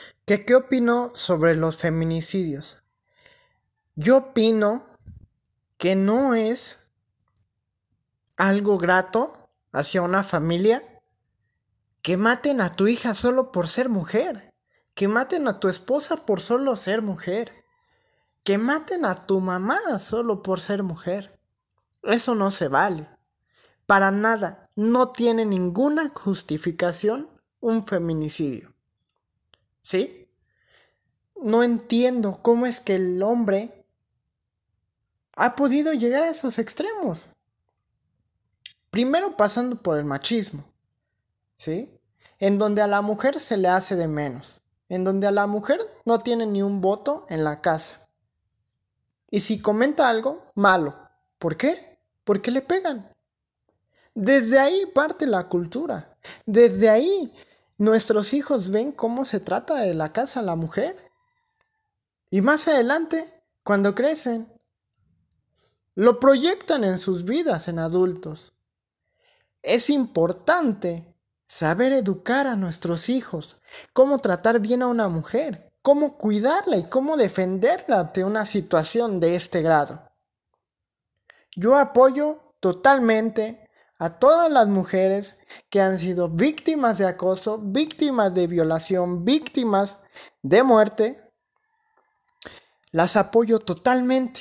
¿Qué opino sobre los feminicidios? Yo opino que no es algo grato hacia una familia que maten a tu hija solo por ser mujer, que maten a tu esposa por solo ser mujer, que maten a tu mamá solo por ser mujer. Eso no se vale. Para nada, no tiene ninguna justificación un feminicidio. ¿Sí? No entiendo cómo es que el hombre ha podido llegar a esos extremos. Primero pasando por el machismo, ¿sí? En donde a la mujer se le hace de menos, en donde a la mujer no tiene ni un voto en la casa. Y si comenta algo, malo. ¿Por qué? Porque le pegan. Desde ahí parte la cultura. Desde ahí nuestros hijos ven cómo se trata de la casa a la mujer. Y más adelante, cuando crecen, lo proyectan en sus vidas en adultos. Es importante saber educar a nuestros hijos, cómo tratar bien a una mujer, cómo cuidarla y cómo defenderla ante una situación de este grado. Yo apoyo totalmente a todas las mujeres que han sido víctimas de acoso, víctimas de violación, víctimas de muerte. Las apoyo totalmente.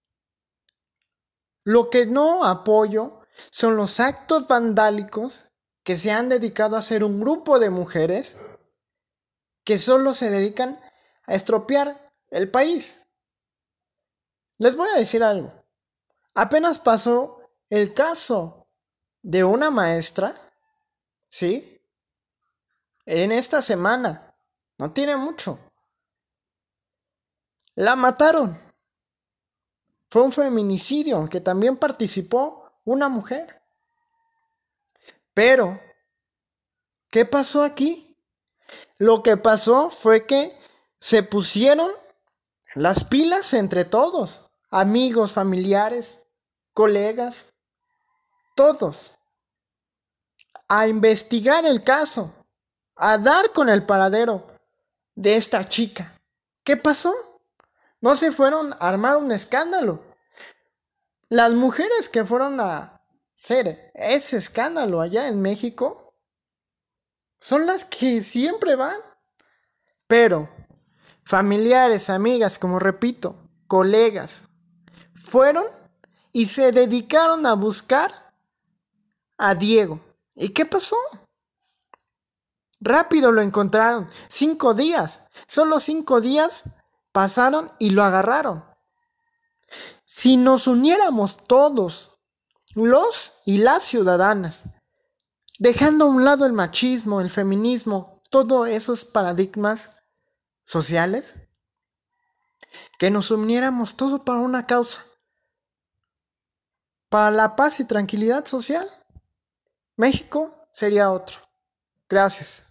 Lo que no apoyo son los actos vandálicos que se han dedicado a hacer un grupo de mujeres que solo se dedican a estropear el país. Les voy a decir algo. Apenas pasó el caso de una maestra, ¿sí? En esta semana. No tiene mucho. La mataron. Fue un feminicidio, aunque también participó una mujer. Pero, ¿qué pasó aquí? Lo que pasó fue que se pusieron las pilas entre todos. Amigos, familiares, colegas, todos. A investigar el caso. A dar con el paradero de esta chica. ¿Qué pasó? No se fueron a armar un escándalo. Las mujeres que fueron a hacer ese escándalo allá en México son las que siempre van. Pero familiares, amigas, como repito, colegas, fueron y se dedicaron a buscar a Diego. ¿Y qué pasó? Rápido lo encontraron. 5 días. Solo 5 días pasaron y lo agarraron. Si nos uniéramos todos, los y las ciudadanas, dejando a un lado el machismo, el feminismo, todos esos paradigmas sociales, que nos uniéramos todos para una causa, para la paz y tranquilidad social, México sería otro. Gracias.